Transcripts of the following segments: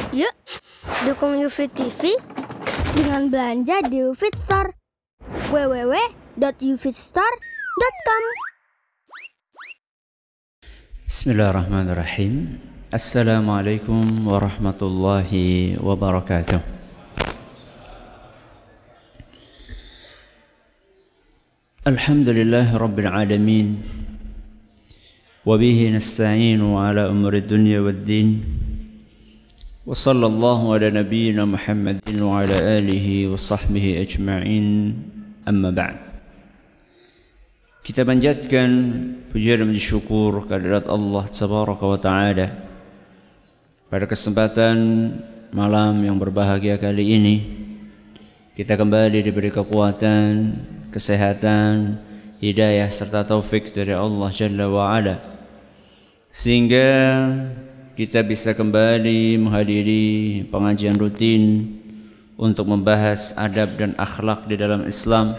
Yuk, dukung UFIT TV dengan belanja di UFIT Store. www.ufitstore.com. Bismillahirrahmanirrahim. Assalamualaikum warahmatullahi wabarakatuh. Alhamdulillahi rabbil alamin. Wabihi nasta'inu ala umuri dunya waddin. Wa sallallahu ala nabiyyina Muhammadin wa ala alihi wa sahbihi ajma'in. Amma ba'd. Kita panjatkan pujian dan syukur kehadirat Allah Tabaraka wa Ta'ala pada kesempatan malam yang berbahagia kali ini. Kita kembali diberi kekuatan, kesehatan, hidayah serta taufik dari Allah Jalla wa Ala, sehingga kita bisa kembali menghadiri pengajian rutin untuk membahas adab dan akhlak di dalam Islam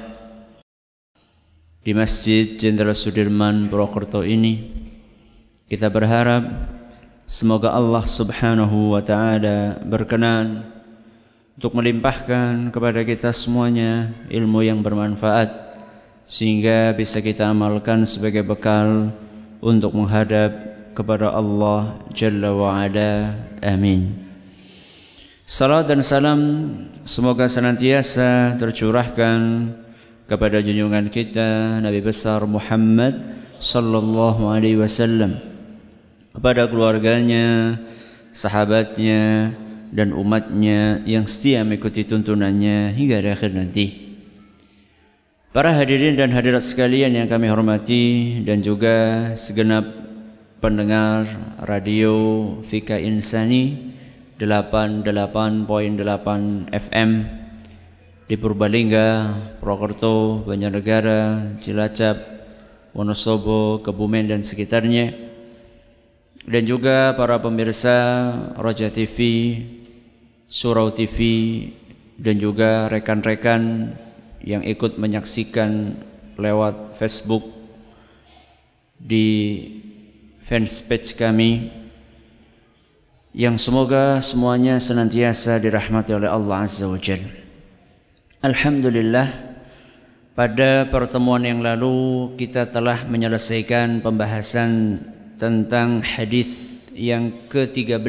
di Masjid Jenderal Sudirman Purwokerto ini. Kita berharap semoga Allah Subhanahu wa Ta'ala berkenan untuk melimpahkan kepada kita semuanya ilmu yang bermanfaat, sehingga bisa kita amalkan sebagai bekal untuk menghadap kepada Allah Jalla wa Ala. Amin. Salam dan salam semoga senantiasa tercurahkan kepada junjungan kita Nabi besar Muhammad sallallahu alaihi wasallam, kepada keluarganya, sahabatnya dan umatnya yang setia mengikuti tuntunannya hingga akhir nanti. Para hadirin dan hadirat sekalian yang kami hormati, dan juga segenap pendengar radio Fika Insani 88.8 FM di Purbalingga, Purwokerto, Banjarnegara, Cilacap, Wonosobo, Kebumen dan sekitarnya, dan juga para pemirsa Roja TV, Surau TV, dan juga rekan-rekan yang ikut menyaksikan lewat Facebook di fanspage kami, yang semoga semuanya senantiasa dirahmati oleh Allah Azza wa Jalla. Alhamdulillah, pada pertemuan yang lalu kita telah menyelesaikan pembahasan tentang hadis yang ke-13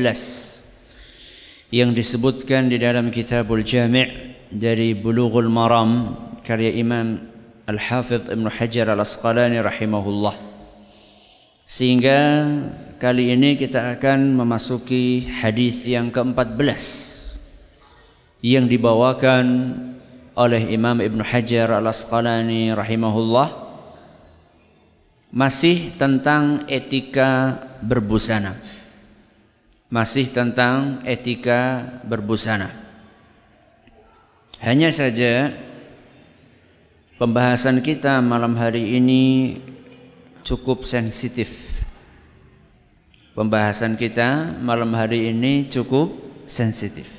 yang disebutkan di dalam Kitabul Jami' dari Bulughul Maram karya Imam Al-Hafidh Ibn Hajar Al-Asqalani rahimahullah. Sehingga kali ini kita akan memasuki hadis yang ke-14 yang dibawakan oleh Imam Ibn Hajar Al-Asqalani rahimahullah, masih tentang etika berbusana. Masih tentang etika berbusana. Hanya saja pembahasan kita malam hari ini cukup sensitif. Pembahasan kita malam hari ini cukup sensitif.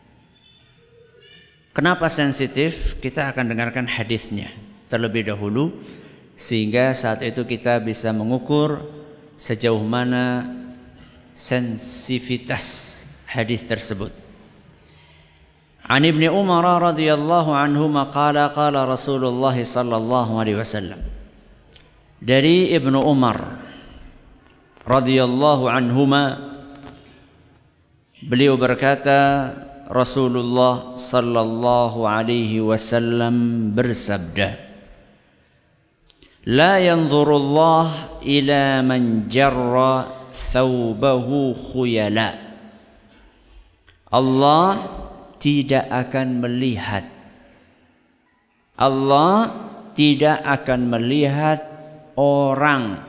Kenapa sensitif? Kita akan dengarkan hadisnya terlebih dahulu, sehingga saat itu kita bisa mengukur sejauh mana sensitivitas hadis tersebut. An Ibnu Umar radhiyallahu anhu qala qala Rasulullah sallallahu alaihi wasallam. Dari Ibnu Umar radhiyallahu anhuma, beliau berkata, Rasulullah sallallahu alaihi wasallam bersabda, La yanzurullah ila man jarra thawbahu khuyala. Allah tidak akan melihat, Allah tidak akan melihat orang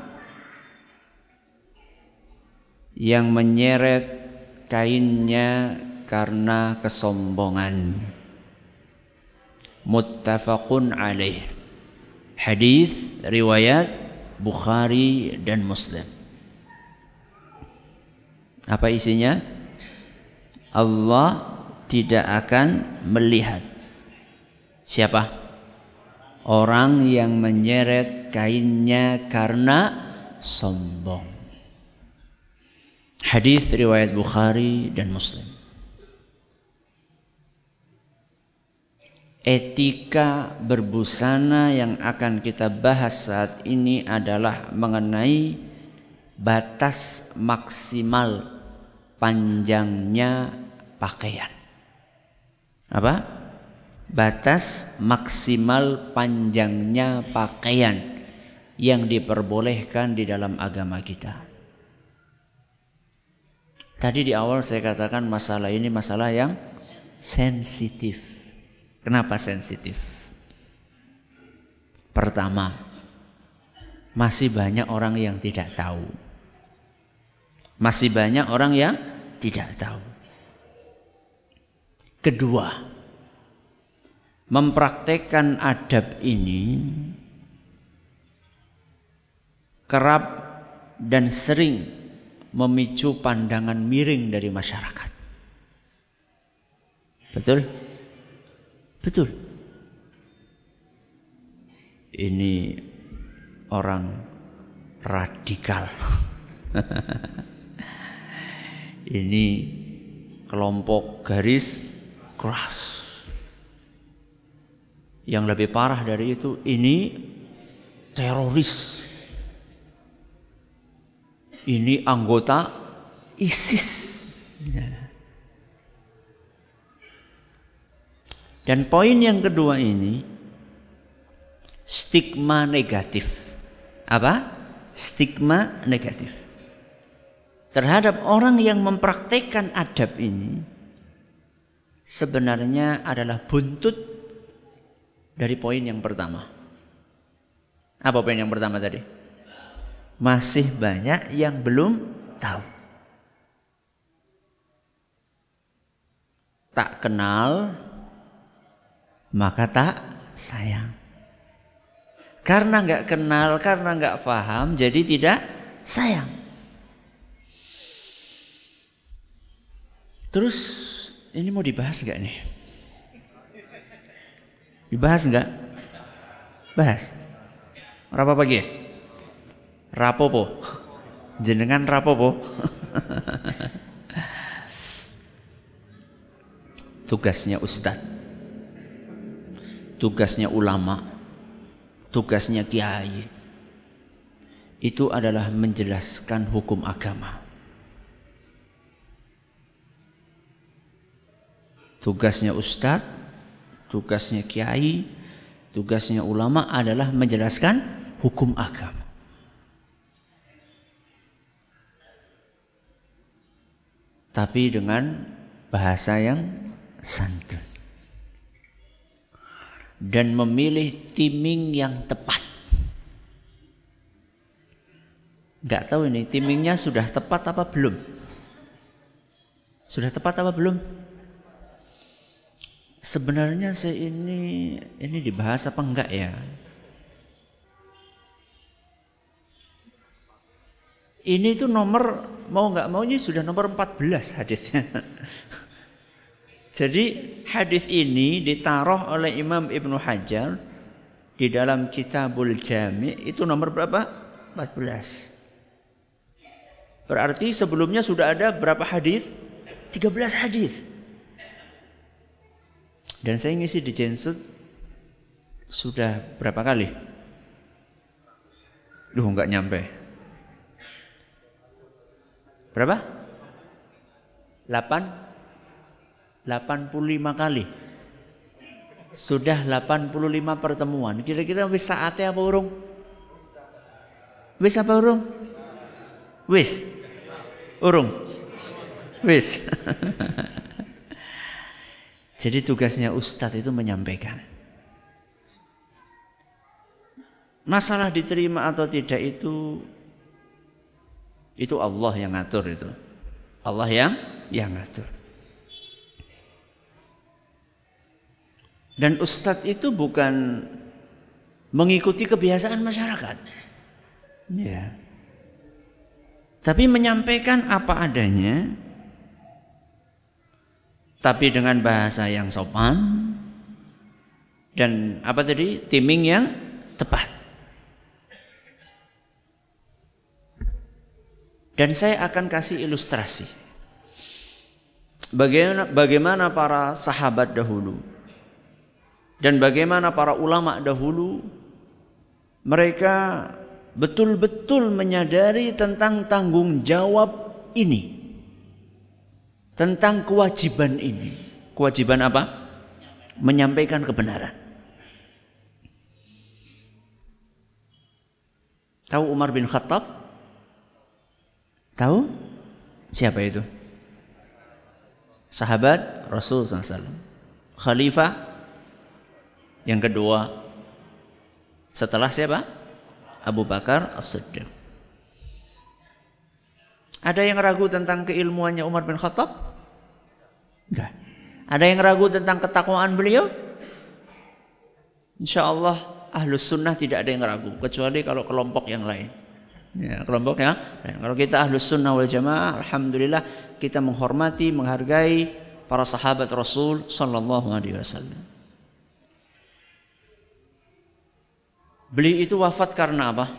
yang menyeret kainnya karena kesombongan. Muttafaqun alaih. Hadis riwayat Bukhari dan Muslim. Apa isinya? Allah tidak akan melihat siapa? Orang yang menyeret kainnya karena sombong. Hadis riwayat Bukhari dan Muslim. Etika berbusana yang akan kita bahas saat ini adalah mengenai batas maksimal panjangnya pakaian. Apa? Batas maksimal panjangnya pakaian yang diperbolehkan di dalam agama kita. Tadi di awal saya katakan masalah ini masalah yang sensitif. Kenapa sensitif? Pertama, masih banyak orang yang tidak tahu. Masih banyak orang yang tidak tahu. Kedua, mempraktekkan adab ini kerap dan sering memicu pandangan miring dari masyarakat. Betul? Betul. Ini orang radikal. Ini kelompok garis keras. Yang lebih parah dari itu, ini teroris. Ini anggota ISIS. Dan poin yang kedua ini stigma negatif. Apa? Stigma negatif terhadap orang yang mempraktekkan adab ini sebenarnya adalah buntut dari poin yang pertama. Apa poin yang pertama tadi? Masih banyak yang belum tahu. Tak kenal maka tak sayang. Karena nggak kenal, karena nggak paham, jadi tidak sayang. Terus ini mau dibahas nggak nih? Dibahas nggak? Bahas. Rapa pagi? Rapopo. Jenengan rapopo. Tugasnya ustadz, tugasnya ulama, tugasnya kiai itu adalah menjelaskan hukum agama. Tugasnya ustadz, tugasnya kiai, tugasnya ulama adalah menjelaskan hukum agama. Tapi dengan bahasa yang santun. Dan memilih timing yang tepat. Gak tahu ini timingnya sudah tepat apa belum? Sudah tepat apa belum? Sebenarnya ini dibahas apa enggak ya? Ini tuh nomor, mau nggak mau ini sudah nomor 14 hadisnya. Jadi hadis ini ditaruh oleh Imam Ibnu Hajar di dalam Kitabul Jami' itu nomor berapa? 14. Berarti sebelumnya sudah ada berapa hadis? 13 hadis. Dan saya ngisi di Jensut sudah berapa kali? Nggak nyampe. Berapa? 85 kali. Sudah 85 pertemuan. Kira-kira wis saatnya apa urung? Wis apa urung? Wis. Urung. Wis. Jadi tugasnya ustadz itu menyampaikan. Masalah diterima atau tidak itu Allah yang ngatur itu. Allah yang ngatur. Dan ustadz itu bukan mengikuti kebiasaan masyarakat. Ya. Tapi menyampaikan apa adanya. Tapi dengan bahasa yang sopan. Dan apa tadi? Timing yang tepat. Dan saya akan kasih ilustrasi. Bagaimana para sahabat dahulu Dan bagaimana para ulama dahulu mereka betul-betul menyadari tentang tanggung jawab ini, tentang kewajiban ini. Kewajiban apa? Menyampaikan kebenaran. Tahu Umar bin Khattab? Tahu? Siapa itu? Sahabat Rasul SAW. Khalifah yang kedua setelah siapa? Abu Bakar As-Siddiq. Ada yang ragu tentang keilmuannya Umar bin Khattab? Enggak. Ada yang ragu tentang ketakwaan beliau? Insya Allah Ahlus Sunnah tidak ada yang ragu, kecuali kalau kelompok yang lain. Ya, kelompoknya. Kalau kita Ahlus Sunnah wal Jamaah, alhamdulillah kita menghormati, menghargai para sahabat Rasul Sallallahu Alaihi Wasallam. Beliau itu wafat karena apa?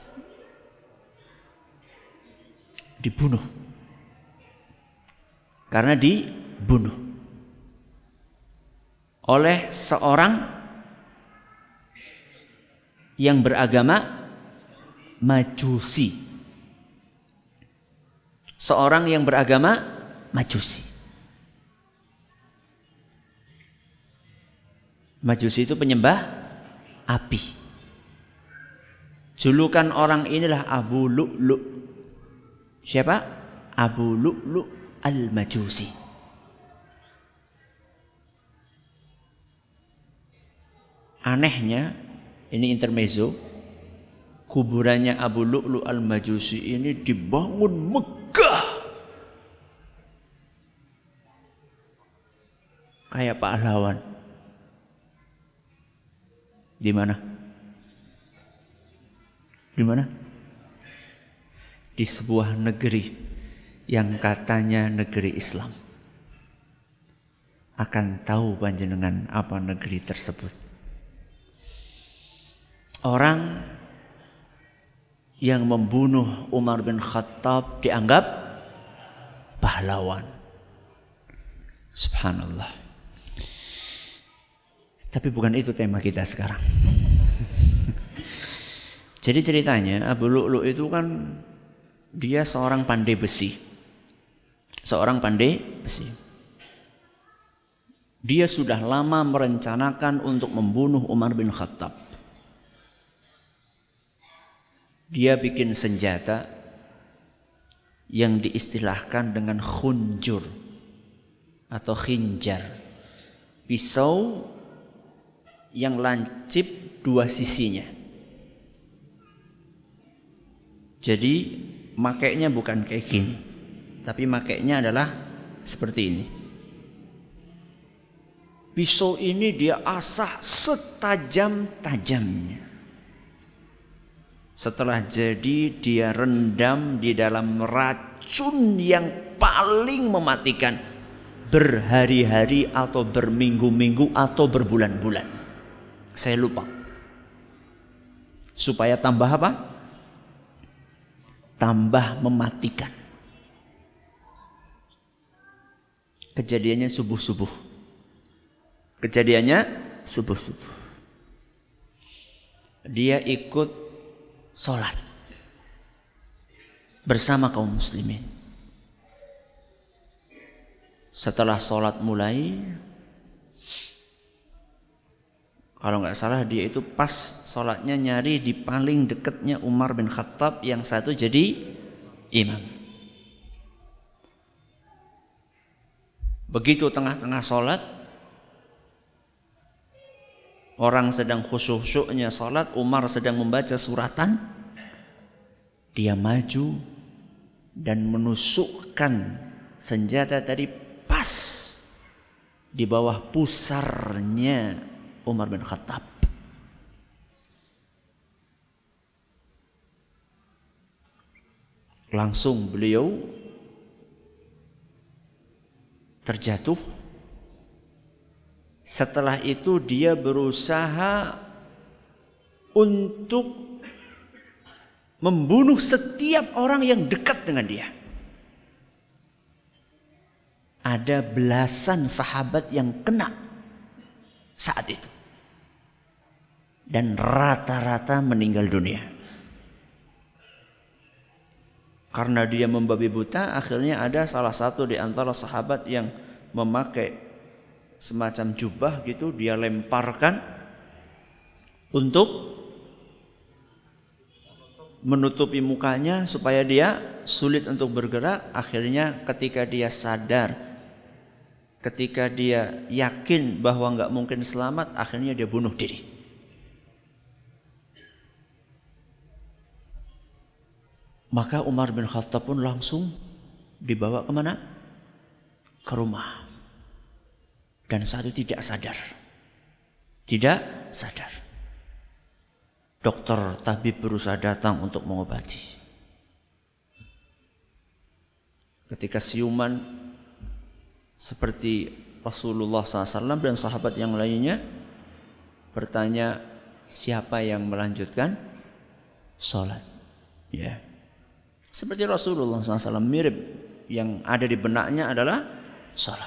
Dibunuh. Karena dibunuh oleh seorang yang beragama Majusi. Seorang yang beragama Majusi. Majusi itu penyembah api. Julukan orang inilah Abu Lu'lu'. Siapa? Abu Lu'lu' al-Majusi. Anehnya, ini intermezzo, kuburannya Abu Lu'lu' al-Majusi ini dibangun megah. Kayak pahlawan. Di mana? Di mana? Di sebuah negeri yang katanya negeri Islam. Akan tahu panjenengan apa negeri tersebut. Orang yang membunuh Umar bin Khattab dianggap pahlawan. Subhanallah. Tapi bukan itu tema kita sekarang. Jadi ceritanya Abu Lu'lu' itu kan dia seorang pandai besi. Seorang pandai besi. Dia sudah lama merencanakan untuk membunuh Umar bin Khattab. Dia bikin senjata yang diistilahkan dengan khunjur atau khinjar. Pisau yang lancip dua sisinya. Jadi makainya bukan kayak gini, tapi makainya adalah seperti ini. Pisau ini dia asah setajam-tajamnya. Setelah jadi dia rendam di dalam racun yang paling mematikan, berhari-hari atau berminggu-minggu atau berbulan-bulan. Saya lupa. Supaya tambah apa? Tambah mematikan. Kejadiannya subuh-subuh. Dia ikut sholat bersama kaum muslimin. Setelah sholat mulai, kalau nggak salah dia itu pas sholatnya nyari di paling dekatnya Umar bin Khattab, yang satu jadi imam. Begitu tengah-tengah sholat, orang sedang khusyuk-khusyuknya sholat, Umar sedang membaca suratan, dia maju dan menusukkan senjata tadi pas di bawah pusarnya Umar bin Khattab. Langsung beliau terjatuh. Setelah itu dia berusaha untuk membunuh setiap orang yang dekat dengan dia. Ada belasan sahabat yang kena saat itu. dan rata-rata meninggal dunia. Karena dia membabi buta, akhirnya ada salah satu di antara sahabat yang memakai semacam jubah gitu, dia lemparkan untuk menutupi mukanya supaya dia sulit untuk bergerak. Akhirnya ketika dia sadar, ketika dia yakin bahwa nggak mungkin selamat, akhirnya dia bunuh diri. Maka Umar bin Khattab pun langsung dibawa kemana? Ke rumah. Dan saat itu tidak sadar. Tidak sadar. Dokter tabib berusaha datang untuk mengobati. Ketika siuman seperti Rasulullah SAW dan sahabat yang lainnya bertanya, siapa yang melanjutkan sholat? Ya. Seperti Rasulullah SAW, mirip yang ada di benaknya adalah sholat.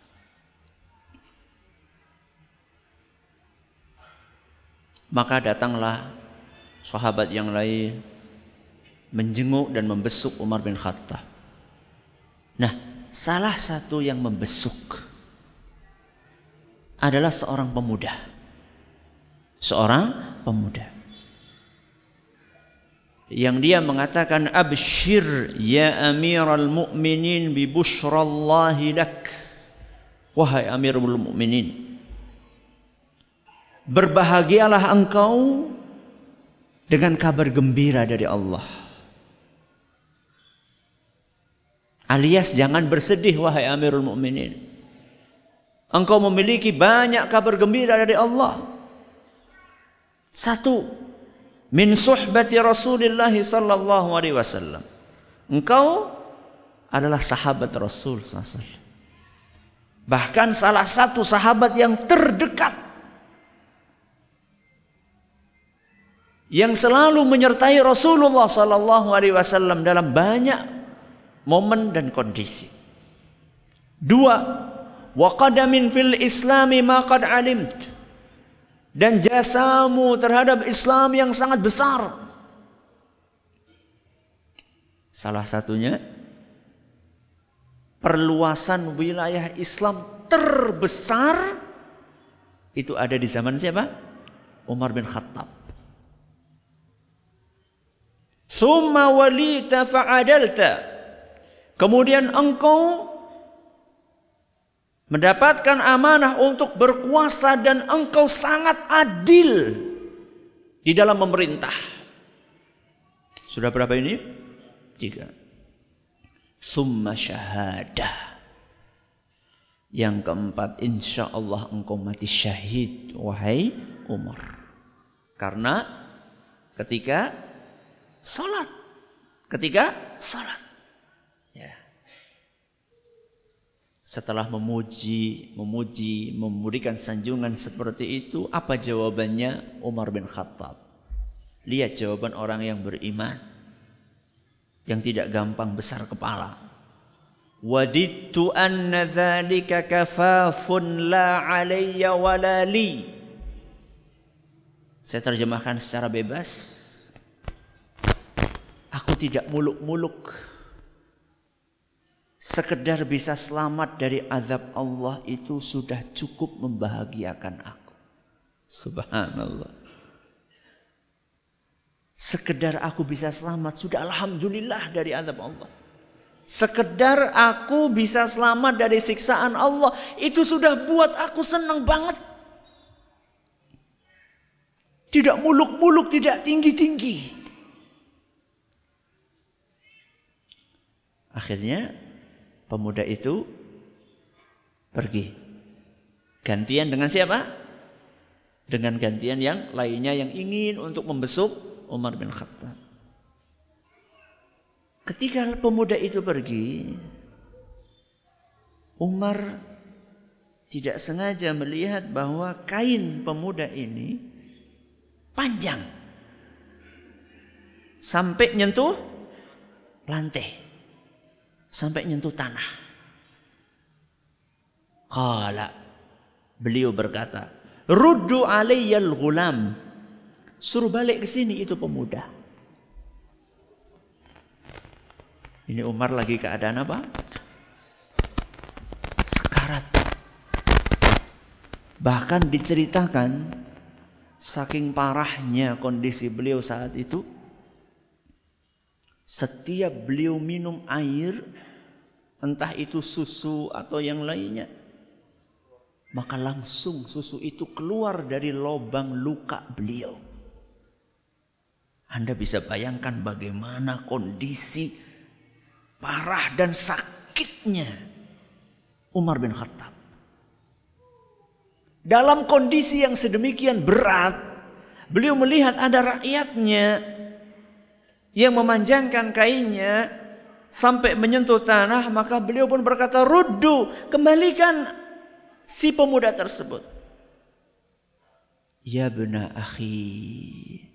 Maka datanglah sahabat yang lain menjenguk dan membesuk Umar bin Khattab. Nah, salah satu yang membesuk adalah seorang pemuda. Seorang pemuda. Yang dia mengatakan, abshir ya amiral mu'minin bi busyrallahi lak. Wahai amirul mu'minin, berbahagialah engkau dengan kabar gembira dari Allah. Alias jangan bersedih wahai amirul mu'minin. Engkau memiliki banyak kabar gembira dari Allah. Satu, min suhbati Rasulillah sallallahu alaihi wasallam. Engkau adalah sahabat Rasul sallallahu. Bahkan salah satu sahabat yang terdekat, yang selalu menyertai Rasulullah sallallahu alaihi wasallam dalam banyak momen dan kondisi. Dua, wa qadamin fil islami ma qad alimt. Dan jasamu terhadap Islam yang sangat besar. Salah satunya perluasan wilayah Islam terbesar itu ada di zaman siapa? Umar bin Khattab. Tsumma walita fa'adalta. Kemudian engkau mendapatkan amanah untuk berkuasa dan engkau sangat adil di dalam memerintah. Sudah berapa ini? 3. Tsumma syahadah. Yang keempat, insya Allah engkau mati syahid wahai Umar. Karena ketika salat. Setelah memuji, memberikan sanjungan seperti itu, apa jawabannya Umar bin Khattab? Lihat jawaban orang yang beriman, yang tidak gampang besar kepala. Wadidtu anna dzalika kafafun la alayya wala li. Saya terjemahkan secara bebas. Aku tidak muluk-muluk. Sekedar bisa selamat dari azab Allah itu sudah cukup membahagiakan aku. Subhanallah. Sekedar aku bisa selamat sudah alhamdulillah dari azab Allah. Sekedar aku bisa selamat dari siksaan Allah itu sudah buat aku senang banget. Tidak muluk-muluk, tidak tinggi-tinggi. Akhirnya pemuda itu pergi. Gantian dengan siapa? Dengan gantian yang lainnya yang ingin untuk membesuk Umar bin Khattab. Ketika pemuda itu pergi, Umar tidak sengaja melihat bahwa kain pemuda ini panjang sampai nyentuh lantai, sampai nyentuh tanah. Qala, beliau berkata, ruddu alayyal ghulam, Suruh balik ke sini itu pemuda. Ini Umar lagi keadaan apa? Sekarat. Bahkan diceritakan saking parahnya kondisi beliau saat itu, setiap beliau minum air, entah itu susu atau yang lainnya, maka langsung susu itu keluar dari lubang luka beliau. Anda bisa bayangkan bagaimana kondisi parah dan sakitnya Umar bin Khattab. Dalam kondisi yang sedemikian berat, beliau melihat ada rakyatnya yang memanjangkan kainnya sampai menyentuh tanah, maka beliau pun berkata, "Ruddu, kembalikan si pemuda tersebut." Ya bena akhi,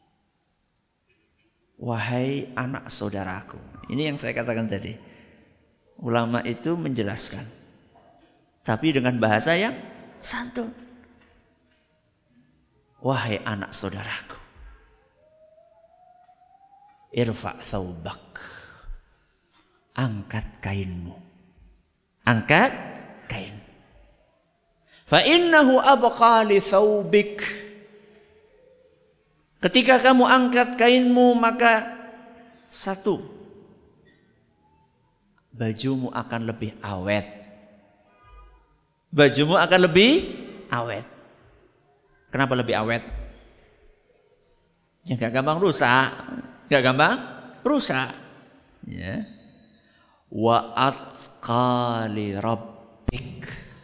wahai anak saudaraku. Ini yang saya katakan tadi. Ulama itu menjelaskan, tapi dengan bahasa yang santun. Wahai anak saudaraku, irfa' thawbak, angkat kainmu. Angkat kain. Fa innahu abqa li thawbik. Ketika kamu angkat kainmu, maka satu, bajumu akan lebih awet. Bajumu akan lebih awet. Kenapa lebih awet? Ya gak gampang rusak. Gak gampang rusak. Ya. Wa atqa li rabbik.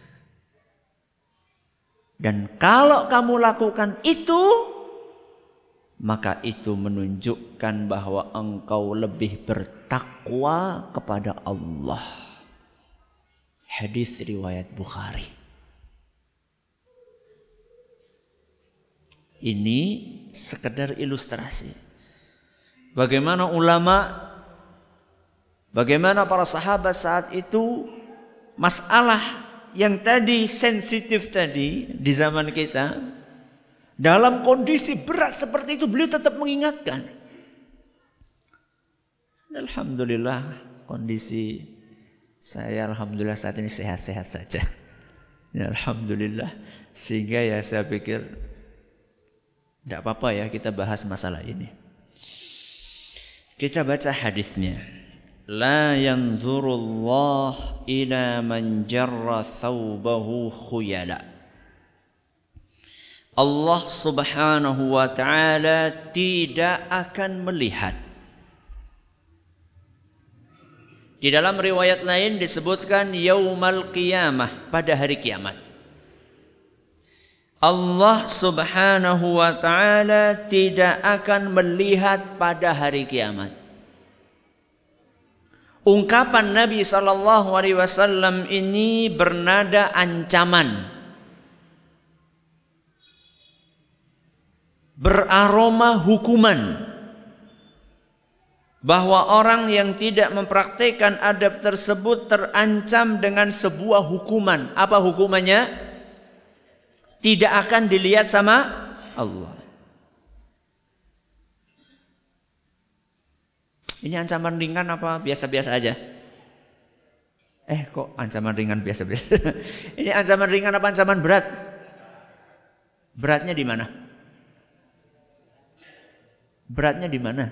Dan kalau kamu lakukan itu, maka itu menunjukkan bahwa engkau lebih bertakwa kepada Allah. Hadis riwayat Bukhari. Ini sekedar ilustrasi bagaimana ulama, bagaimana para sahabat saat itu, masalah yang tadi sensitif tadi di zaman kita, dalam kondisi berat seperti itu beliau tetap mengingatkan. Alhamdulillah kondisi saya alhamdulillah saat ini sehat-sehat saja. Ya, alhamdulillah. Sehingga ya saya pikir tidak apa-apa ya kita bahas masalah ini. Kita baca hadisnya. La yanzurullah ila man jarra thawbahu khuyala. Allah subhanahu wa ta'ala tidak akan melihat. Di dalam riwayat lain disebutkan yaumal qiyamah, pada hari kiamat. Allah subhanahu wa ta'ala tidak akan melihat pada hari kiamat. Ungkapan Nabi SAW ini bernada ancaman, beraroma hukuman, bahwa orang yang tidak mempraktikkan adab tersebut terancam dengan sebuah hukuman. Apa hukumannya? Tidak akan dilihat sama Allah. Ini ancaman ringan apa biasa-biasa aja? Kok ancaman ringan biasa-biasa? Ini ancaman ringan apa ancaman berat? Beratnya di mana? Beratnya di mana?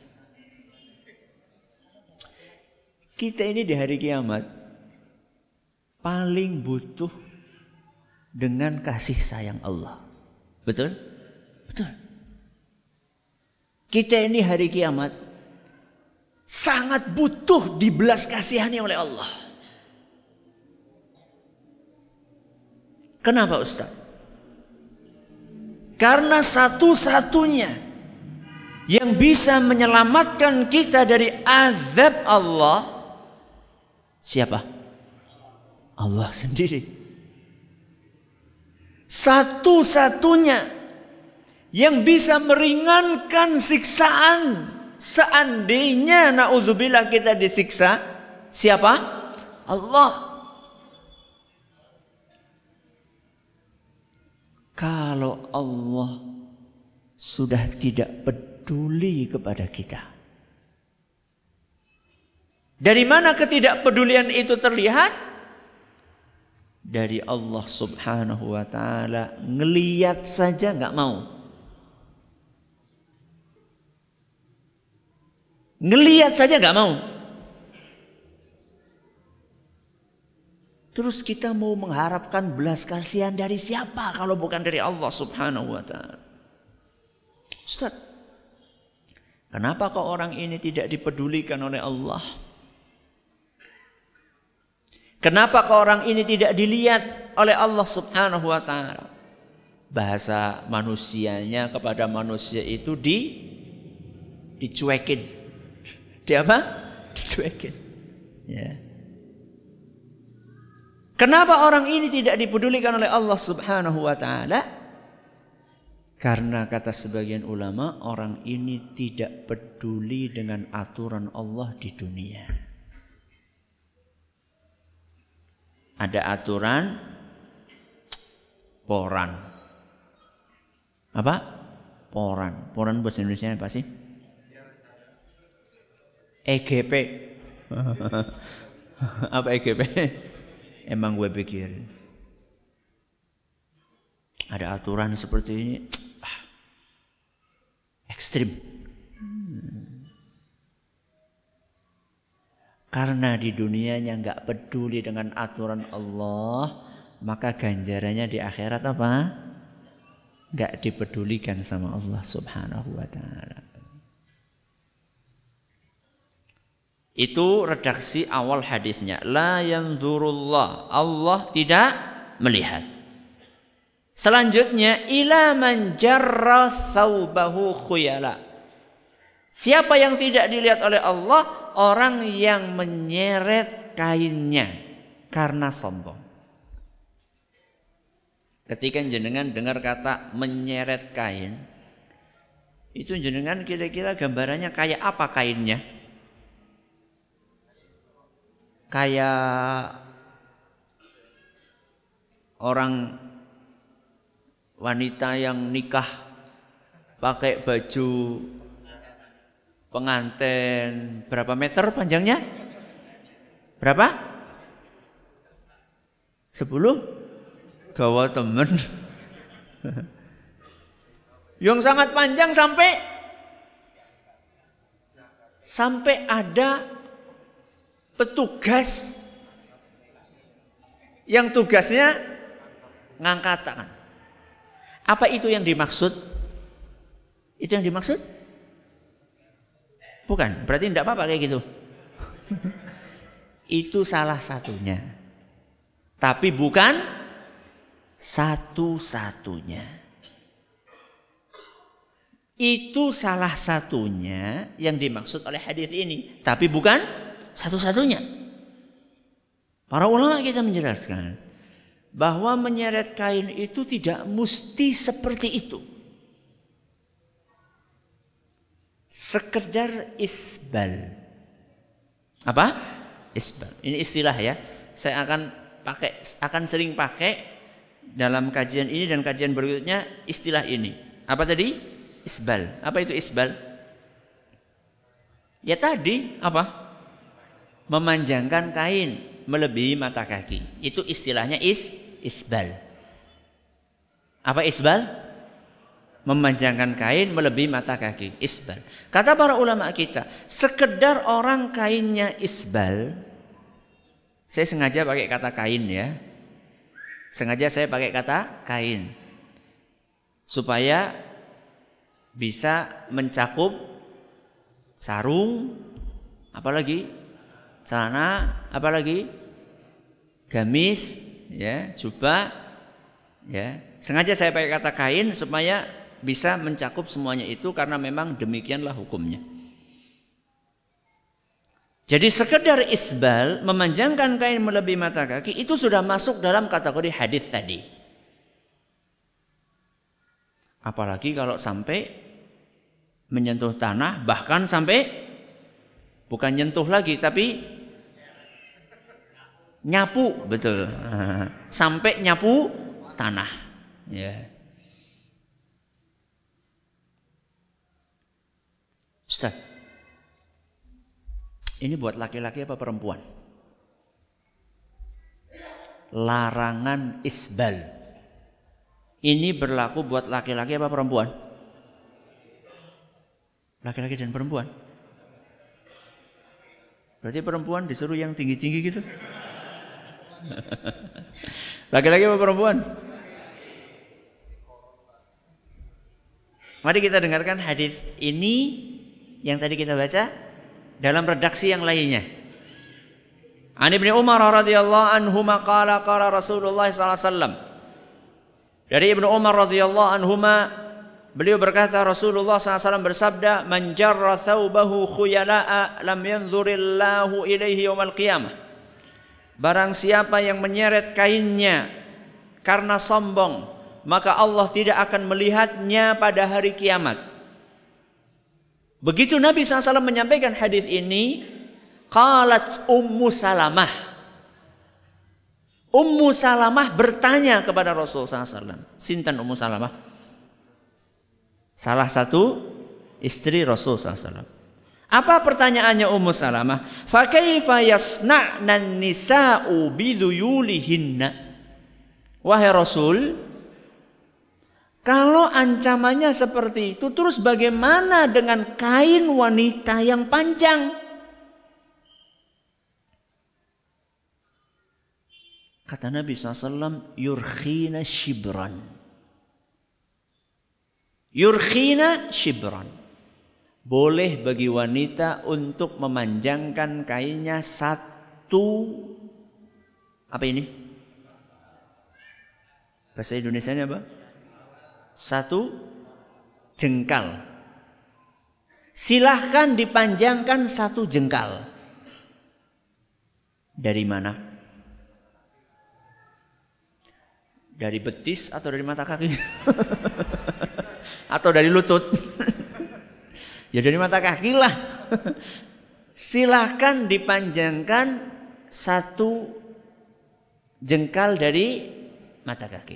Kita ini di hari kiamat paling butuh dengan kasih sayang Allah. Betul? Betul. Kita ini hari kiamat sangat butuh dibelas kasihani oleh Allah. Kenapa Ustaz? Karena satu-satunya yang bisa menyelamatkan kita dari azab Allah, siapa? Allah sendiri. Satu-satunya yang bisa meringankan siksaan seandainya naudzubillah kita disiksa, siapa? Allah. Kalau Allah sudah tidak peduli kepada kita. Dari mana ketidakpedulian itu terlihat? Dari Allah Subhanahu wa ta'ala, ngeliat saja nggak mau. Ngeliat saja nggak mau. Terus kita mau mengharapkan belas kasihan dari siapa kalau bukan dari Allah Subhanahu wa ta'ala? Ustaz, kenapa kok orang ini tidak dipedulikan oleh Allah? Kenapa kok orang ini tidak dilihat oleh Allah Subhanahu wa ta'ala? Bahasa manusianya kepada manusia itu dicuekin. Di apa? Dicuekin. Ya. Kenapa orang ini tidak dipedulikan oleh Allah Subhanahu wa ta'ala? Karena kata sebagian ulama, orang ini tidak peduli dengan aturan Allah di dunia. Ada aturan poran. Apa? Poran. Poran bahasa Indonesia apa sih? EGP. Apa EGP? Emang gue pikir ada aturan seperti ini ekstrim. Karena di dunianya nggak peduli dengan aturan Allah, maka ganjarannya di akhirat apa? Nggak dipedulikan sama Allah Subhanahu wa ta'ala. Itu redaksi awal hadisnya. La yanzurullah, Allah tidak melihat. Selanjutnya, ila man jarra thawbahu khuyala. Siapa yang tidak dilihat oleh Allah? Orang yang menyeret kainnya karena sombong. Ketika jenengan dengar kata menyeret kain, itu jenengan kira-kira gambarannya kayak apa kainnya? Kayak orang wanita yang nikah pakai baju pengantin, berapa meter panjangnya? Berapa? 10? Gawa temen. Yang sangat panjang sampai ada petugas yang tugasnya ngangkat tangan. Apa itu yang dimaksud? Itu yang dimaksud? Bukan, berarti tidak apa-apa kayak gitu. Itu salah satunya. Tapi bukan satu-satunya. Itu salah satunya yang dimaksud oleh hadis ini. Tapi bukan satu-satunya. Para ulama kita menjelaskan bahwa menyeret kain itu tidak mesti seperti itu. Sekedar isbal. Apa? Isbal. Ini istilah ya. Saya akan sering pakai dalam kajian ini dan kajian berikutnya istilah ini. Apa tadi? Isbal. Apa itu isbal? Ya tadi apa? Memanjangkan kain melebihi mata kaki. Itu istilahnya isbal. Apa isbal? Memanjangkan kain melebihi mata kaki. Isbal. Kata para ulama kita, sekedar orang kainnya isbal. Saya sengaja pakai kata kain ya. Sengaja saya pakai kata kain. Supaya bisa mencakup sarung, apalagi celana, apalagi gamis, ya, jubah, ya. Sengaja saya pakai kata kain supaya bisa mencakup semuanya itu karena memang demikianlah hukumnya. Jadi sekedar isbal, memanjangkan kain melebihi mata kaki, itu sudah masuk dalam kategori hadis tadi. Apalagi kalau sampai menyentuh tanah, bahkan sampai bukan nyentuh lagi tapi nyapu, betul. Sampai nyapu tanah. Ya. Ustaz, ini buat laki-laki apa perempuan? Larangan isbal ini berlaku buat laki-laki apa perempuan? Laki-laki dan perempuan. Berarti perempuan disuruh yang tinggi-tinggi gitu? Laki-laki apa perempuan? Mari kita dengarkan hadis ini yang tadi kita baca dalam redaksi yang lainnya. An Ibnu Umar radhiyallahu anhu qala qala Rasulullah sallallahu alaihi wasallam. Dari Ibnu Umar radhiyallahu anhu beliau berkata Rasulullah sallallahu alaihi wasallam bersabda, "Man jarra thawbahu khuyala'a lam yanzurillahu ilaihi yaumal qiyamah." Barang siapa yang menyeret kainnya karena sombong, maka Allah tidak akan melihatnya pada hari kiamat. Begitu Nabi SAW menyampaikan hadis ini, qalat Ummu Salamah. Ummu Salamah bertanya kepada Rasulullah SAW. Sinten Ummu Salamah? Salah satu istri Rasulullah SAW. Apa pertanyaannya Ummu Salamah? Fa kaifa yasna'na nisa'u bidhuyulihinna? Wahai Rasul, kalau ancamannya seperti itu, terus bagaimana dengan kain wanita yang panjang? Kata Nabi SAW, yurkhina shibran. Yurkhina shibran. Boleh bagi wanita untuk memanjangkan kainnya satu, apa ini? Bahasa Indonesianya apa? Satu jengkal. Silahkan dipanjangkan satu jengkal. Dari mana? Dari betis atau dari mata kaki? Atau dari lutut? Ya dari mata kaki lah. Silahkan dipanjangkan satu jengkal dari mata kaki.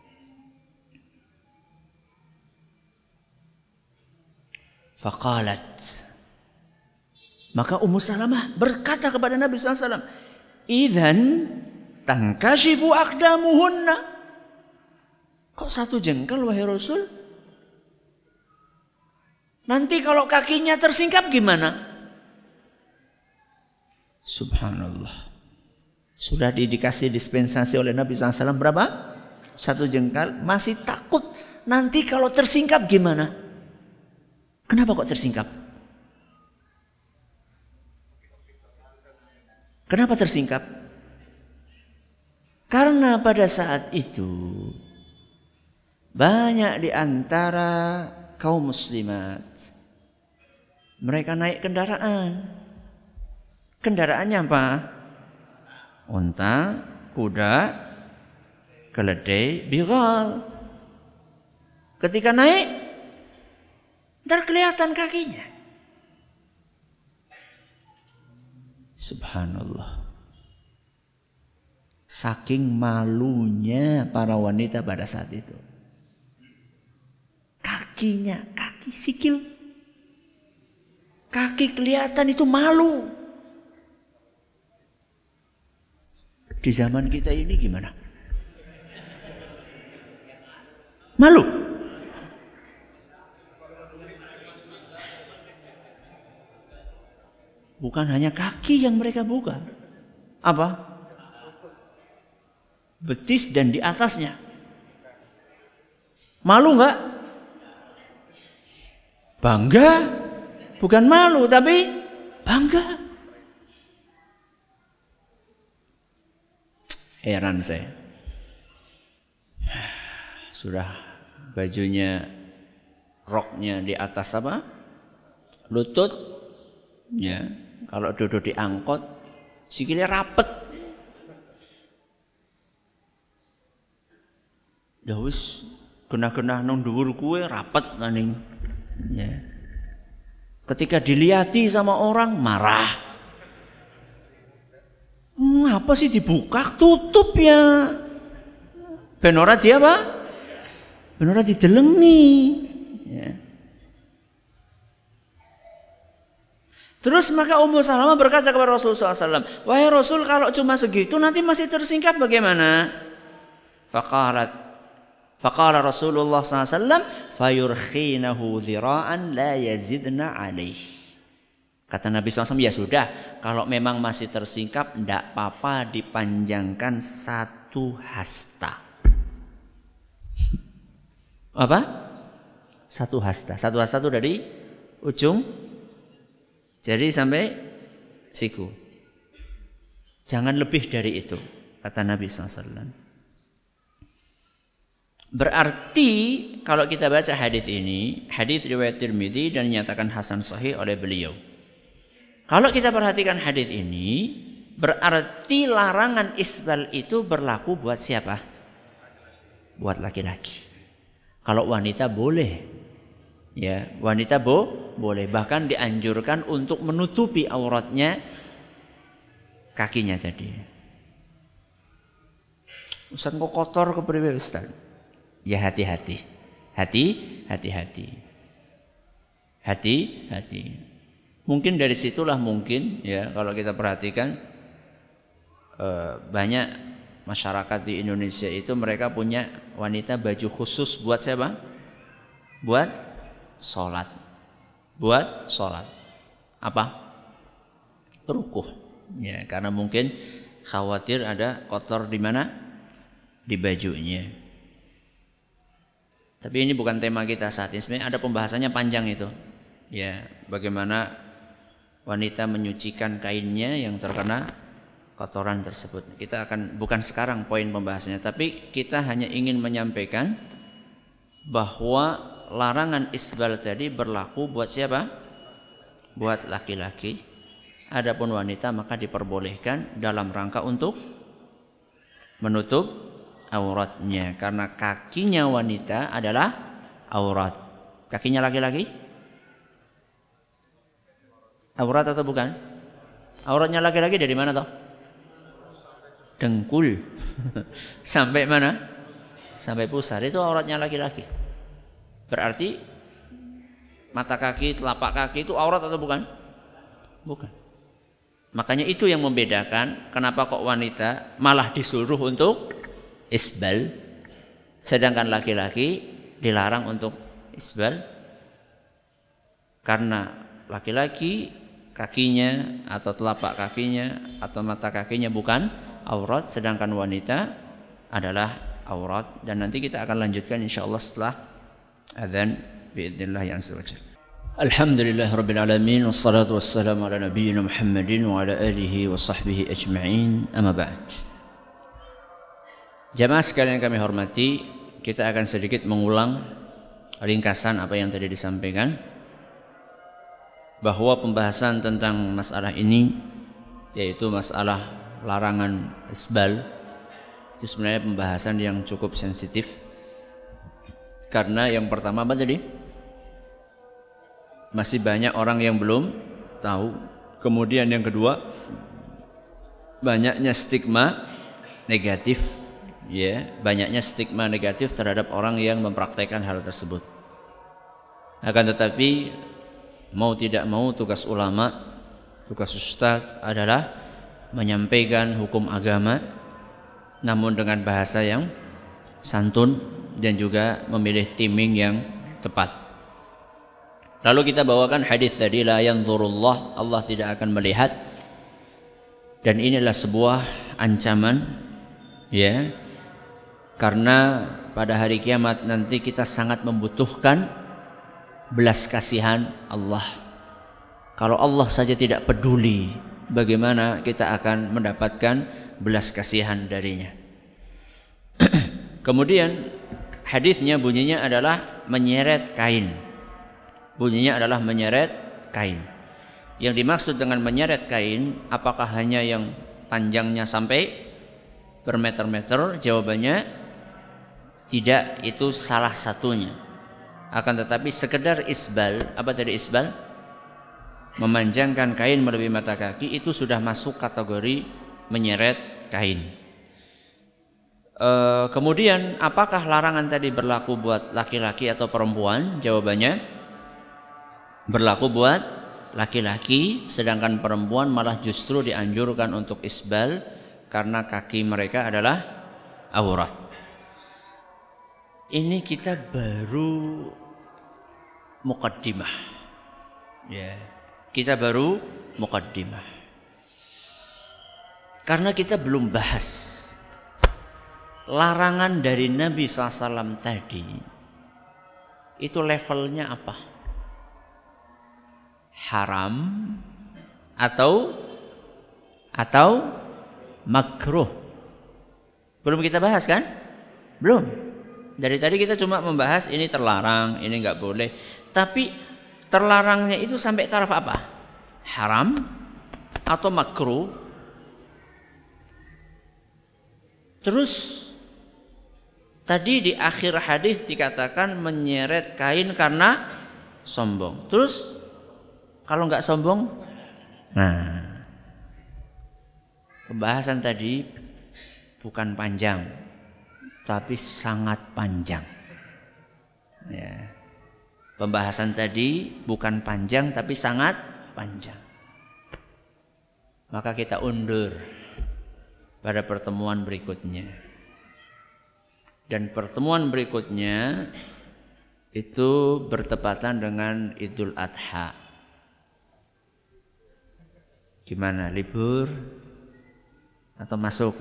Faqalat, maka Ummu Salamah berkata kepada Nabi SAW, idzan tankashifu aqdamuhunna. Kok satu jengkal wahai Rasul? Nanti kalau kakinya tersingkap gimana? Subhanallah. Sudah dikasih dispensasi oleh Nabi SAW berapa? Satu jengkal. Masih takut nanti kalau tersingkap gimana? Kenapa kok tersingkap? Kenapa tersingkap? Karena pada saat itu banyak di antara kaum muslimat mereka naik kendaraan. Kendaraannya apa? Unta, kuda, keledai, bighal. Ketika naik, ntar kelihatan kakinya. Subhanallah. Saking malunya para wanita pada saat itu. Kakinya, kaki sikil. Kaki kelihatan itu malu. Di zaman kita ini gimana? Malu. Bukan hanya kaki yang mereka buka. Apa? Betis dan di atasnya. Malu enggak? Bangga. Bukan malu tapi bangga. Heran saya. Sudah bajunya, roknya di atas apa? Lutut. Ya, kalau duduk di angkot, sikilnya rapet. Ya wis, genah-genah nang dhuwur kuwe rapet maning. Ya. Ketika diliati sama orang marah. Apa sih dibuka, tutup ya. Ben ora di apa? Ben ora didelengi. Ya. Terus maka Ummu Salamah berkata kepada Rasulullah SAW, wahai Rasul, kalau cuma segitu nanti masih tersingkap bagaimana? Faqala Rasulullah SAW, fayurkhinahu dhira'an la yazidna alaih. Kata Nabi SAW, ya sudah, kalau memang masih tersingkap, tidak apa-apa dipanjangkan 1 hasta. Apa? 1 hasta. 1 hasta itu dari ujung jari sampai siku. Jangan lebih dari itu, kata Nabi SAW. Berarti kalau kita baca hadis ini, hadis riwayat Tirmidzi dan dinyatakan hasan sahih oleh beliau. Kalau kita perhatikan hadis ini, berarti larangan isbal itu berlaku buat siapa? Buat laki-laki. Kalau wanita boleh. Ya, wanita boleh, bahkan dianjurkan untuk menutupi auratnya kakinya tadi. Ustaz kok kotor kepriwe Ustaz? Ya hati-hati. Hati-hati. Mungkin dari situlah mungkin ya kalau kita perhatikan banyak masyarakat di Indonesia itu mereka punya wanita baju khusus buat siapa? Buat sholat. Apa? Rukuh. Ya, karena mungkin khawatir ada kotor di mana? Di bajunya. Tapi ini bukan tema kita saat ini. Sebenarnya ada pembahasannya panjang itu. Ya, bagaimana wanita menyucikan kainnya yang terkena kotoran tersebut. Kita akan bukan sekarang poin pembahasannya, tapi kita hanya ingin menyampaikan bahwa larangan isbal tadi berlaku buat siapa? Buat laki-laki. Adapun wanita maka diperbolehkan dalam rangka untuk menutup auratnya, karena kakinya wanita adalah aurat. Kakinya laki-laki aurat atau bukan? Auratnya laki-laki dari mana toh? Dengkul sampai mana? Sampai pusar, itu auratnya laki-laki. Berarti mata kaki, telapak kaki itu aurat atau bukan? Bukan. Makanya itu yang membedakan kenapa kok wanita malah disuruh untuk isbal, sedangkan laki-laki dilarang untuk isbal. Karena laki-laki kakinya atau telapak kakinya atau mata kakinya bukan aurat, sedangkan wanita adalah aurat. Dan nanti kita akan lanjutkan insyaallah setelah adzan biidznillah ya azza wajalla. Alhamdulillah rabbil alamin wassalatu wassalamu ala nabiyyina Muhammadin wa ala alihi wa sahbihi ajma'in. Amma ba'd. Jamaah sekalian yang kami hormati, kita akan sedikit mengulang ringkasan apa yang tadi disampaikan, bahwa pembahasan tentang masalah ini, yaitu masalah larangan isbal, itu sebenarnya pembahasan yang cukup sensitif. Karena yang pertama apa tadi? Masih banyak orang yang belum tahu. Kemudian yang kedua, banyaknya stigma negatif, ya, banyaknya stigma negatif terhadap orang yang mempraktekkan hal tersebut. Akan tetapi mau tidak mau tugas ulama, tugas ustaz adalah menyampaikan hukum agama, namun dengan bahasa yang santun dan juga memilih timing yang tepat. Lalu kita bawakan hadis tadi, la yanzurullah, Allah tidak akan melihat. Dan inilah sebuah ancaman, ya, karena pada hari kiamat nanti kita sangat membutuhkan belas kasihan Allah. Kalau Allah saja tidak peduli, bagaimana kita akan mendapatkan belas kasihan darinya? Kemudian hadisnya bunyinya adalah menyeret kain. Bunyinya adalah menyeret kain. Yang dimaksud dengan menyeret kain, apakah hanya yang panjangnya sampai bermeter-meter? Jawabannya tidak, itu salah satunya. Akan tetapi sekedar isbal, apa tadi isbal? Memanjangkan kain melebihi mata kaki, itu sudah masuk kategori menyeret kain. Kemudian apakah larangan tadi berlaku buat laki-laki atau perempuan? Jawabannya berlaku buat laki-laki, sedangkan perempuan malah justru dianjurkan untuk isbal karena kaki mereka adalah aurat. Ini kita baru muqaddimah. Ya, kita baru muqaddimah. Karena kita belum bahas larangan dari Nabi SAW tadi itu levelnya apa? Haram atau makruh? Belum kita bahas kan? Belum. Dari tadi kita cuma membahas ini terlarang, ini nggak boleh. Tapi terlarangnya itu sampai taraf apa? Haram atau makruh? Terus tadi di akhir hadis dikatakan menyeret kain karena sombong. Terus kalau nggak sombong, nah pembahasan tadi bukan panjang, tapi sangat panjang. Ya. Pembahasan tadi bukan panjang, tapi sangat panjang. Maka kita undur pada pertemuan berikutnya. Dan pertemuan berikutnya itu bertepatan dengan Idul Adha. Gimana, libur atau masuk?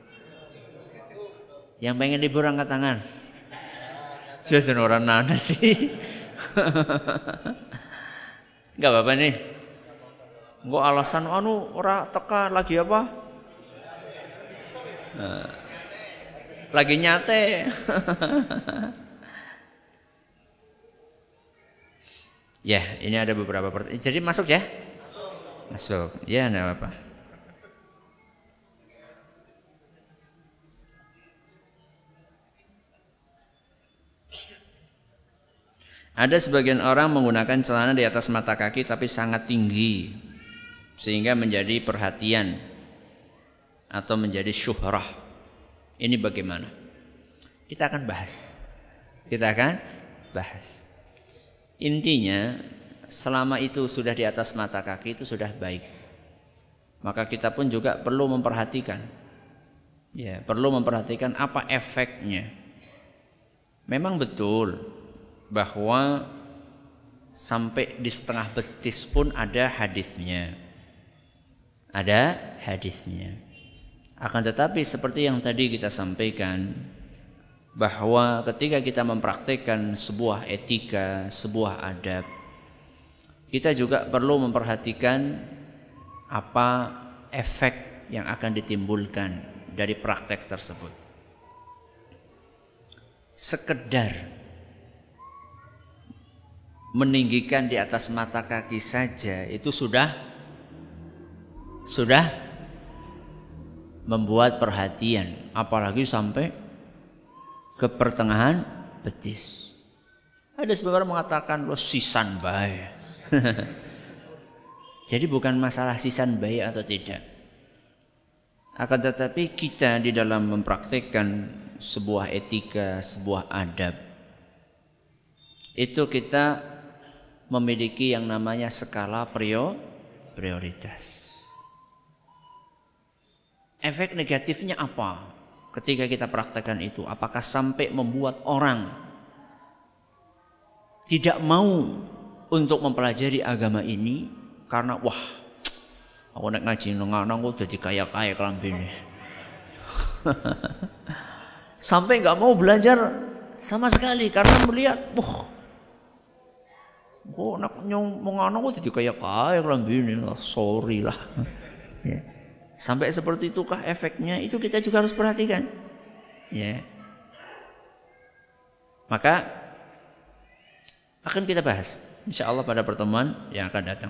Yang pengen libur angkat tangan. Jadi orang nana sih. Enggak apa-apa nih. Enggak alasan ora teka lagi apa? Nah, lagi nyate. Ya, ini ada beberapa pertanyaan. Jadi masuk ya? Masuk. Ya, enggak apa-apa. Ada sebagian orang menggunakan celana di atas mata kaki tapi sangat tinggi sehingga menjadi perhatian atau menjadi syuhrah. Ini bagaimana? Kita akan bahas. Intinya selama itu sudah di atas mata kaki itu sudah baik. Maka kita pun juga perlu memperhatikan. Ya, perlu memperhatikan apa efeknya. Memang betul bahwa sampai di setengah betis pun ada hadisnya. Akan tetapi seperti yang tadi kita sampaikan, bahwa ketika kita mempraktikkan sebuah etika, sebuah adab, kita juga perlu memperhatikan apa efek yang akan ditimbulkan dari praktek tersebut. Sekedar meninggikan di atas mata kaki saja itu sudah membuat perhatian, apalagi sampai ke pertengahan betis. Ada sebagian mengatakan lo sisan bae. Jadi bukan masalah sisan bae atau tidak. Akan tetapi kita di dalam mempraktikkan sebuah etika, sebuah adab, itu kita memiliki yang namanya skala prioritas. Efek negatifnya apa ketika kita praktekkan itu? Apakah sampai membuat orang tidak mau untuk mempelajari agama ini karena wah, aku nek ngaji nang aku jadi kaya-kaya kelambine. Sampai nggak mau belajar sama sekali karena melihat, wah, kok nak nyong mengano kok jadi kaya kelambine, sorry lah. Ya. Sampai seperti itukah efeknya? Itu kita juga harus perhatikan. Ya. Maka akan kita bahas insyaallah pada pertemuan yang akan datang.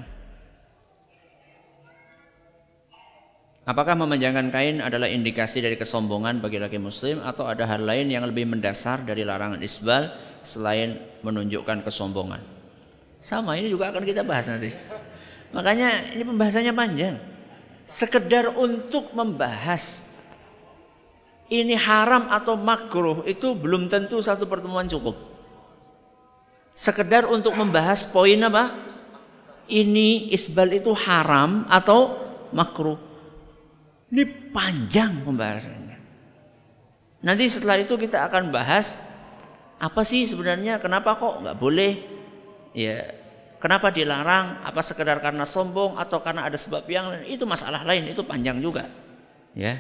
Apakah memanjangkan kain adalah indikasi dari kesombongan bagi laki muslim atau ada hal lain yang lebih mendasar dari larangan isbal selain menunjukkan kesombongan? Sama, ini juga akan kita bahas nanti. Makanya ini pembahasannya panjang. Sekedar untuk membahas ini haram atau makruh itu belum tentu satu pertemuan cukup. Sekedar untuk membahas poin apa? ini isbal itu haram atau makruh. Ini panjang pembahasannya. Nanti setelah itu kita akan bahas apa sih sebenarnya, kenapa kok nggak boleh, ya kenapa dilarang, apa sekedar karena sombong atau karena ada sebab yang lain, itu masalah lain, itu panjang juga, ya.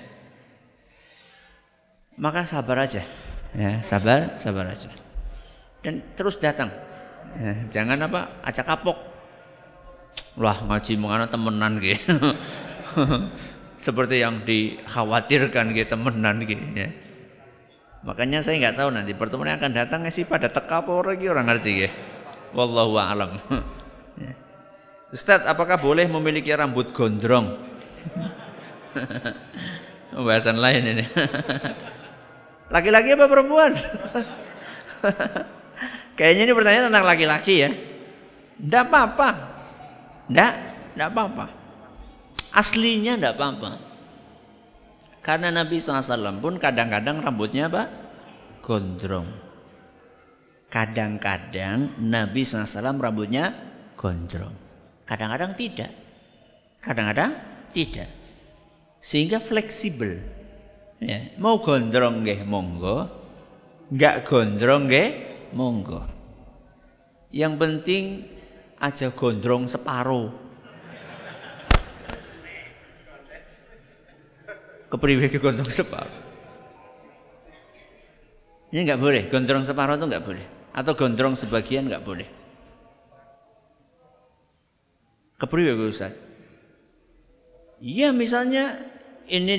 Maka sabar aja, ya sabar aja, dan terus datang, ya, jangan acak kapok, wah ngaji mengana temenan gitu, seperti yang dikhawatirkan gitu, temenan gitu, ya. Makanya saya nggak tahu nanti pertemuan yang akan datang sih pada teka apa orang ngerti ya. Wallahu a'lam. Ustaz, apakah boleh memiliki rambut gondrong? Pembahasan lain ini. Laki-laki apa perempuan? Kayaknya ini pertanyaan tentang laki-laki ya. Enggak apa-apa. Enggak apa-apa. Aslinya enggak apa-apa. Karena Nabi SAW pun kadang-kadang rambutnya gondrong. Kadang-kadang Nabi SAW rambutnya gondrong. Kadang-kadang tidak. Kadang-kadang tidak. Sehingga fleksibel. Ya, mau gondrong nggih monggo, enggak gondrong nggih monggo. Yang penting aja gondrong separuh. Kepriwe ke gondrong separuh. Ini enggak boleh, gondrong separuh itu enggak boleh. Atau gondrong sebagian enggak boleh. Kepriwe ke Ustaz? Iya, misalnya ini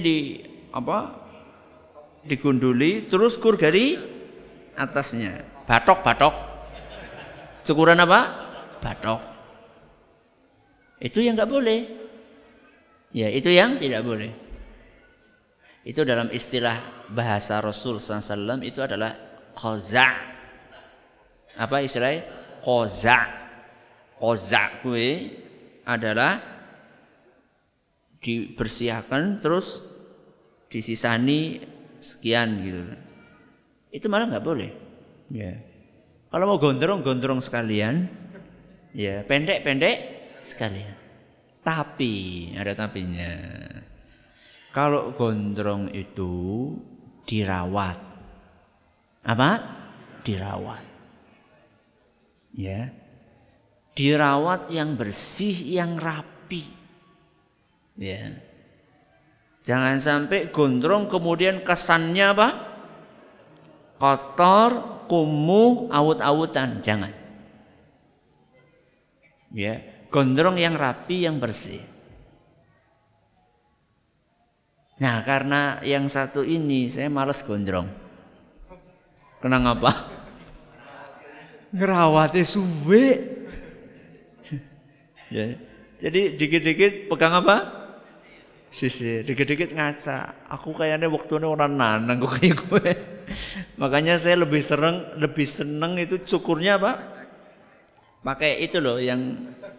digunduli terus kur dari atasnya. Batok. Cukuran apa? Batok. Itu yang enggak boleh. Ya, itu yang tidak boleh. Itu dalam istilah bahasa Rasul SAW itu adalah qaza'. Apa istilahnya? Qaza'. Qaza' kuwi adalah dibersihkan terus disisani sekian gitu. Itu malah nggak boleh. Ya. Kalau mau gondrong sekalian, ya pendek sekalian. Tapi ada tapinya. Kalau gondrong itu dirawat. Apa? Dirawat. Ya. Dirawat yang bersih, yang rapi. Ya. Jangan sampai gondrong kemudian kesannya apa? Kotor, kumuh, awut-awutan. Jangan. Ya, gondrong yang rapi, yang bersih. Nah, karena yang satu ini saya malas gondrong. Kenapa? Ngerawatnya suwe. Ya. Jadi dikit-dikit pegang apa? Sisir. Dikit-dikit ngaca. Aku kayaknya waktunya orang nanang kok kayak gue. Makanya saya lebih seneng itu cukurnya apa? Pakai itu loh yang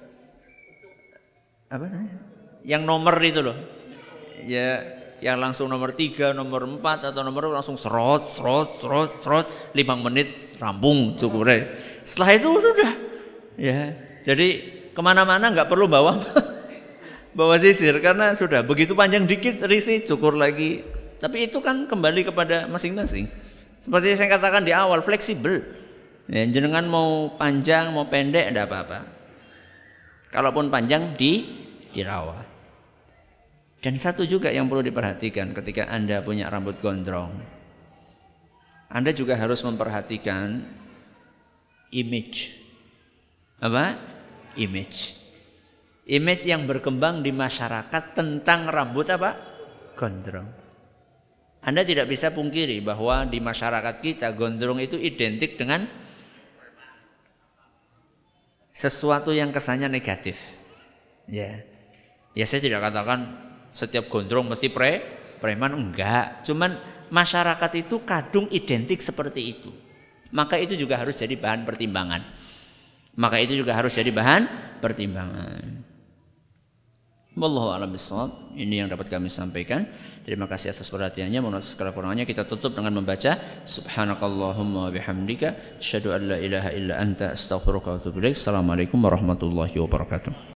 apa namanya? Yang nomor itu loh. Ya, yang langsung nomor 3, nomor 4 atau nomor langsung serot 5 menit rampung cukurnya. Setelah itu sudah. Ya, jadi kemana-mana nggak perlu bawa sisir karena sudah begitu panjang dikit risih cukur lagi. Tapi itu kan kembali kepada masing-masing. Seperti yang saya katakan di awal, fleksibel. Ya, jenengan mau panjang mau pendek enggak apa-apa. Kalaupun panjang dirawat. Dan satu juga yang perlu diperhatikan ketika Anda punya rambut gondrong. Anda juga harus memperhatikan image. Apa? Image. Image yang berkembang di masyarakat tentang rambut apa? Gondrong. Anda tidak bisa pungkiri bahwa di masyarakat kita gondrong itu identik dengan sesuatu yang kesannya negatif. Ya. Ya, saya tidak katakan setiap gondrong mesti preman, enggak. Cuman masyarakat itu kadung identik seperti itu. Maka itu juga harus jadi bahan pertimbangan. Wallahu a'lam bishawab. Ini yang dapat kami sampaikan. Terima kasih atas perhatiannya. Mohon maaf segala kurangnya. Kita tutup dengan membaca subhanakallahumma bihamdika asyhadu an la ilaha illa anta astaghfiruka wa atubu ilaik. Assalamualaikum warahmatullahi wabarakatuh.